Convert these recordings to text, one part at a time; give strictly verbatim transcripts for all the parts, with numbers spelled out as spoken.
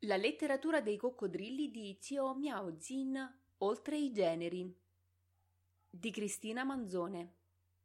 La letteratura dei coccodrilli di Xiao Miao-Jin, oltre i generi, di Cristina Manzone.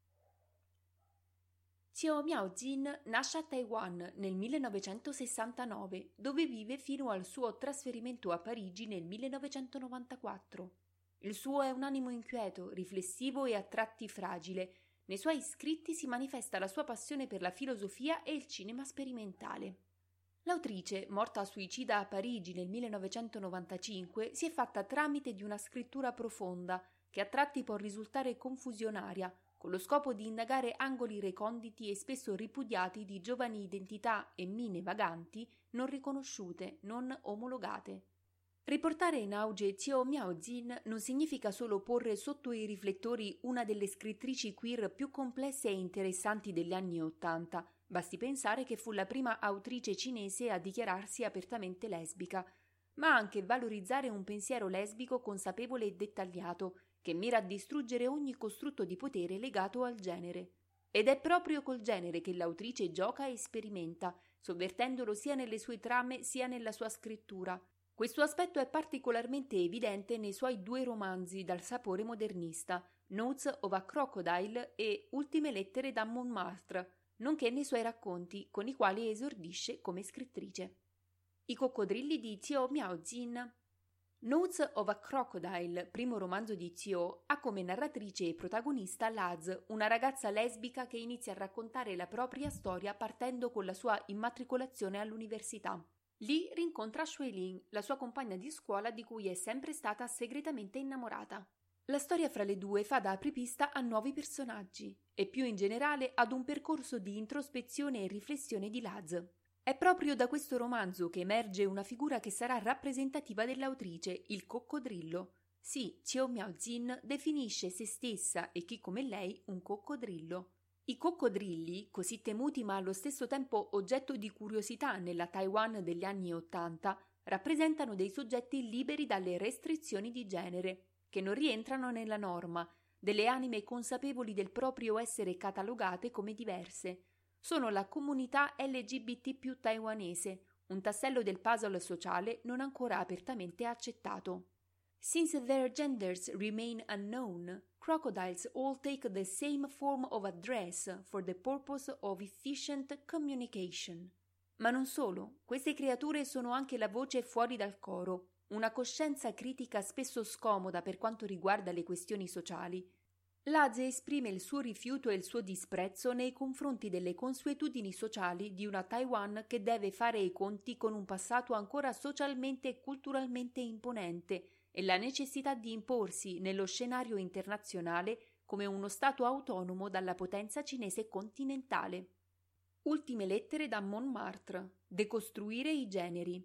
Xiao Miao-Jin nasce a Taiwan nel millenovecentosessantanove, dove vive fino al suo trasferimento a Parigi nel millenovecentonovantaquattro. Il suo è un animo inquieto, riflessivo e a tratti fragile. Nei suoi scritti si manifesta la sua passione per la filosofia e il cinema sperimentale. L'autrice, morta suicida a Parigi nel millenovecentonovantacinque, si è fatta tramite di una scrittura profonda, che a tratti può risultare confusionaria, con lo scopo di indagare angoli reconditi e spesso ripudiati di giovani identità e mine vaganti non riconosciute, non omologate. Riportare in auge Xiao Miao-Jin non significa solo porre sotto i riflettori una delle scrittrici queer più complesse e interessanti degli anni Ottanta. Basti pensare che fu la prima autrice cinese a dichiararsi apertamente lesbica, ma anche valorizzare un pensiero lesbico consapevole e dettagliato, che mira a distruggere ogni costrutto di potere legato al genere. Ed è proprio col genere che l'autrice gioca e sperimenta, sovvertendolo sia nelle sue trame sia nella sua scrittura. Questo aspetto è particolarmente evidente nei suoi due romanzi dal sapore modernista, Notes of a Crocodile e Ultime lettere da Montmartre, nonché nei suoi racconti, con i quali esordisce come scrittrice. I coccodrilli di Xiao Miao-Jin. Notes of a Crocodile, primo romanzo di Xiao, ha come narratrice e protagonista Laz, una ragazza lesbica che inizia a raccontare la propria storia partendo con la sua immatricolazione all'università. Lì rincontra Shuilin, la sua compagna di scuola di cui è sempre stata segretamente innamorata. La storia fra le due fa da apripista a nuovi personaggi e più in generale ad un percorso di introspezione e riflessione di Laz. È proprio da questo romanzo che emerge una figura che sarà rappresentativa dell'autrice, il coccodrillo. Sì, Xiao Miao-Jin definisce se stessa e chi come lei un coccodrillo. I coccodrilli, così temuti ma allo stesso tempo oggetto di curiosità nella Taiwan degli anni Ottanta, rappresentano dei soggetti liberi dalle restrizioni di genere, che non rientrano nella norma, delle anime consapevoli del proprio essere catalogate come diverse. Sono la comunità L G B T più taiwanese, un tassello del puzzle sociale non ancora apertamente accettato. Since their genders remain unknown, crocodiles all take the same form of a dress for the purpose of efficient communication. Ma non solo, queste creature sono anche la voce fuori dal coro, una coscienza critica spesso scomoda per quanto riguarda le questioni sociali. Laz esprime il suo rifiuto e il suo disprezzo nei confronti delle consuetudini sociali di una Taiwan che deve fare i conti con un passato ancora socialmente e culturalmente imponente e la necessità di imporsi nello scenario internazionale come uno stato autonomo dalla potenza cinese continentale. Ultime lettere da Montmartre. Decostruire i generi.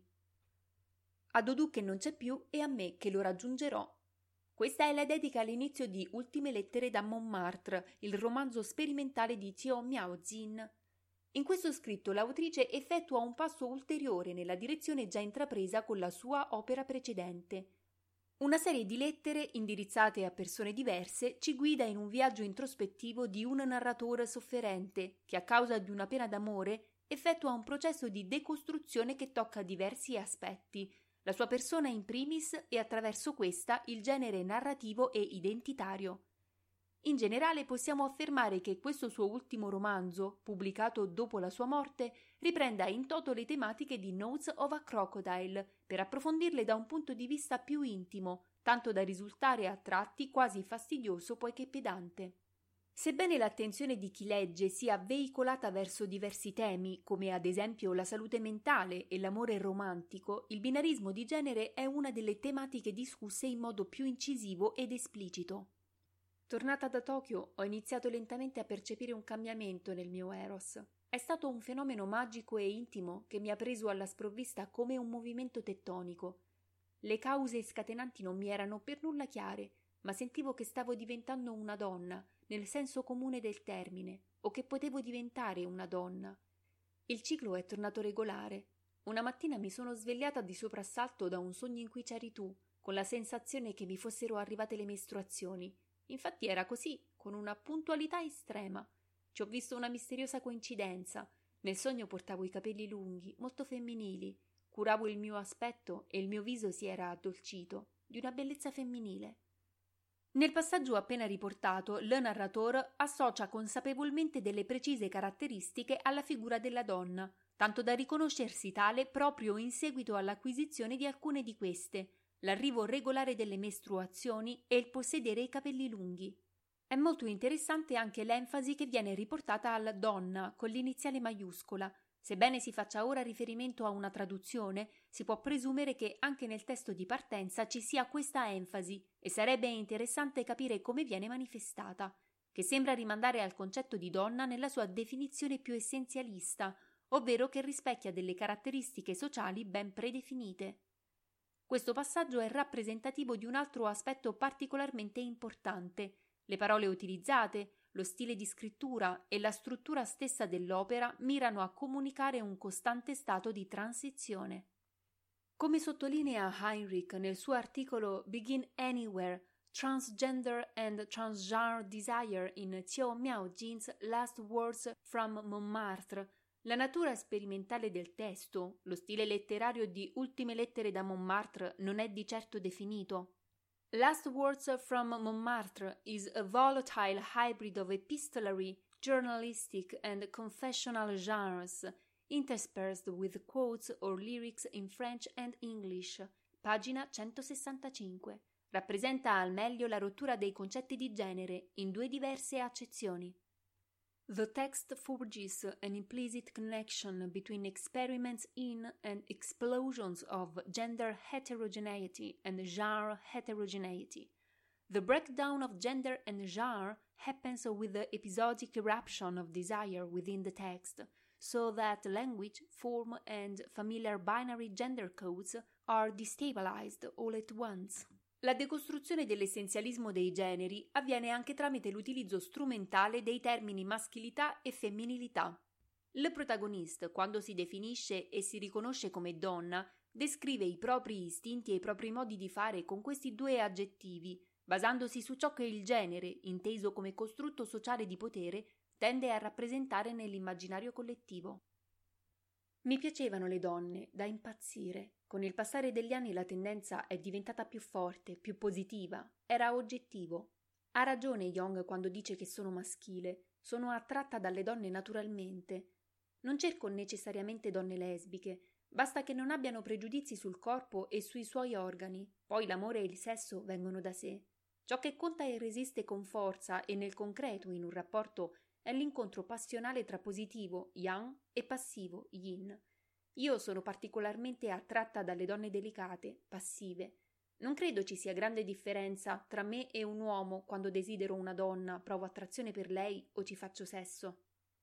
A Dodù che non c'è più e a me che lo raggiungerò. Questa è la dedica all'inizio di Ultime lettere da Montmartre, il romanzo sperimentale di Xiao Miao-Jin. In questo scritto l'autrice effettua un passo ulteriore nella direzione già intrapresa con la sua opera precedente. Una serie di lettere indirizzate a persone diverse ci guida in un viaggio introspettivo di un narratore sofferente che, a causa di una pena d'amore, effettua un processo di decostruzione che tocca diversi aspetti, la sua persona in primis e attraverso questa il genere narrativo e identitario. In generale possiamo affermare che questo suo ultimo romanzo, pubblicato dopo la sua morte, riprenda in toto le tematiche di Notes of a Crocodile per approfondirle da un punto di vista più intimo, tanto da risultare a tratti quasi fastidioso poiché pedante. Sebbene l'attenzione di chi legge sia veicolata verso diversi temi, come ad esempio la salute mentale e l'amore romantico, il binarismo di genere è una delle tematiche discusse in modo più incisivo ed esplicito. Tornata da Tokyo, ho iniziato lentamente a percepire un cambiamento nel mio eros. È stato un fenomeno magico e intimo che mi ha preso alla sprovvista come un movimento tettonico. Le cause scatenanti non mi erano per nulla chiare, ma sentivo che stavo diventando una donna, nel senso comune del termine, o che potevo diventare una donna. Il ciclo è tornato regolare. Una mattina mi sono svegliata di soprassalto da un sogno in cui c'eri tu, con la sensazione che mi fossero arrivate le mestruazioni. Infatti era così, con una puntualità estrema. Ci ho visto una misteriosa coincidenza. Nel sogno portavo i capelli lunghi, molto femminili. curavo il mio aspetto e il mio viso si era addolcito, di una bellezza femminile. Nel passaggio appena riportato, le narratore associa consapevolmente delle precise caratteristiche alla figura della donna, tanto da riconoscersi tale proprio in seguito all'acquisizione di alcune di queste, l'arrivo regolare delle mestruazioni e il possedere i capelli lunghi. È molto interessante anche l'enfasi che viene riportata alla donna con l'iniziale maiuscola. Sebbene si faccia ora riferimento a una traduzione, si può presumere che anche nel testo di partenza ci sia questa enfasi e sarebbe interessante capire come viene manifestata, che sembra rimandare al concetto di donna nella sua definizione più essenzialista, ovvero che rispecchia delle caratteristiche sociali ben predefinite. Questo passaggio è rappresentativo di un altro aspetto particolarmente importante: le parole utilizzate, lo stile di scrittura e la struttura stessa dell'opera mirano a comunicare un costante stato di transizione. Come sottolinea Heinrich nel suo articolo Begin Anywhere, Transgender and Transgenre Desire in Xiao Miaojin's Last Words from Montmartre, la natura sperimentale del testo, lo stile letterario di Ultime lettere da Montmartre non è di certo definito. Last Words from Montmartre is a volatile hybrid of epistolary, journalistic and confessional genres, interspersed with quotes or lyrics in French and English. Pagina centosessantacinque. Rappresenta al meglio la rottura dei concetti di genere in due diverse accezioni. The text forges an implicit connection between experiments in and explosions of gender heterogeneity and genre heterogeneity. The breakdown of gender and genre happens with the episodic eruption of desire within the text, so that language, form, and familiar binary gender codes are destabilized all at once. La decostruzione dell'essenzialismo dei generi avviene anche tramite l'utilizzo strumentale dei termini maschilità e femminilità. Le protagoniste, quando si definisce e si riconosce come donna, descrive i propri istinti e i propri modi di fare con questi due aggettivi, basandosi su ciò che il genere, inteso come costrutto sociale di potere, tende a rappresentare nell'immaginario collettivo. Mi piacevano le donne, da impazzire. Con il passare degli anni la tendenza è diventata più forte, più positiva. Era oggettivo. Ha ragione Jung quando dice che sono maschile. Sono attratta dalle donne naturalmente. Non cerco necessariamente donne lesbiche. Basta che non abbiano pregiudizi sul corpo e sui suoi organi. Poi l'amore e il sesso vengono da sé. Ciò che conta e resiste con forza e nel concreto in un rapporto è l'incontro passionale tra positivo, yang, e passivo, yin. Io sono particolarmente attratta dalle donne delicate, passive. Non credo ci sia grande differenza tra me e un uomo quando desidero una donna, provo attrazione per lei o ci faccio sesso.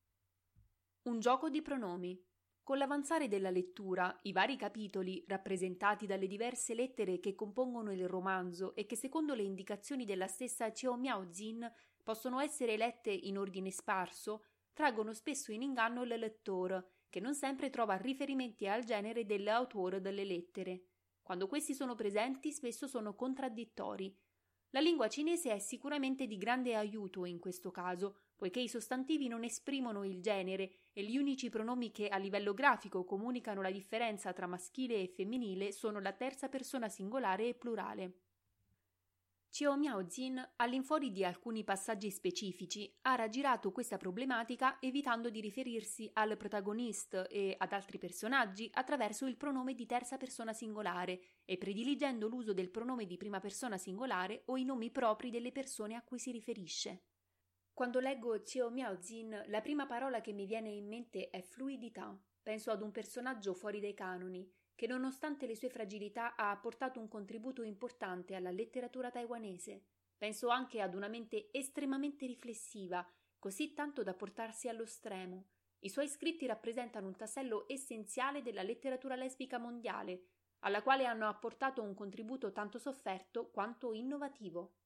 Un gioco di pronomi. Con l'avanzare della lettura, i vari capitoli, rappresentati dalle diverse lettere che compongono il romanzo e che secondo le indicazioni della stessa Qiao Miaojin possono essere lette in ordine sparso, traggono spesso in inganno il lettore, che non sempre trova riferimenti al genere dell'autore delle lettere. Quando questi sono presenti, spesso sono contraddittori. La lingua cinese è sicuramente di grande aiuto in questo caso, poiché i sostantivi non esprimono il genere e gli unici pronomi che a livello grafico comunicano la differenza tra maschile e femminile sono la terza persona singolare e plurale. Qiao Miaojin, all'infuori di alcuni passaggi specifici, ha raggirato questa problematica evitando di riferirsi al protagonista e ad altri personaggi attraverso il pronome di terza persona singolare e prediligendo l'uso del pronome di prima persona singolare o i nomi propri delle persone a cui si riferisce. Quando leggo Qiao Miaojin, la prima parola che mi viene in mente è fluidità. Penso ad un personaggio fuori dai canoni, che nonostante le sue fragilità ha apportato un contributo importante alla letteratura taiwanese. Penso anche ad una mente estremamente riflessiva, così tanto da portarsi allo stremo. I suoi scritti rappresentano un tassello essenziale della letteratura lesbica mondiale, alla quale hanno apportato un contributo tanto sofferto quanto innovativo.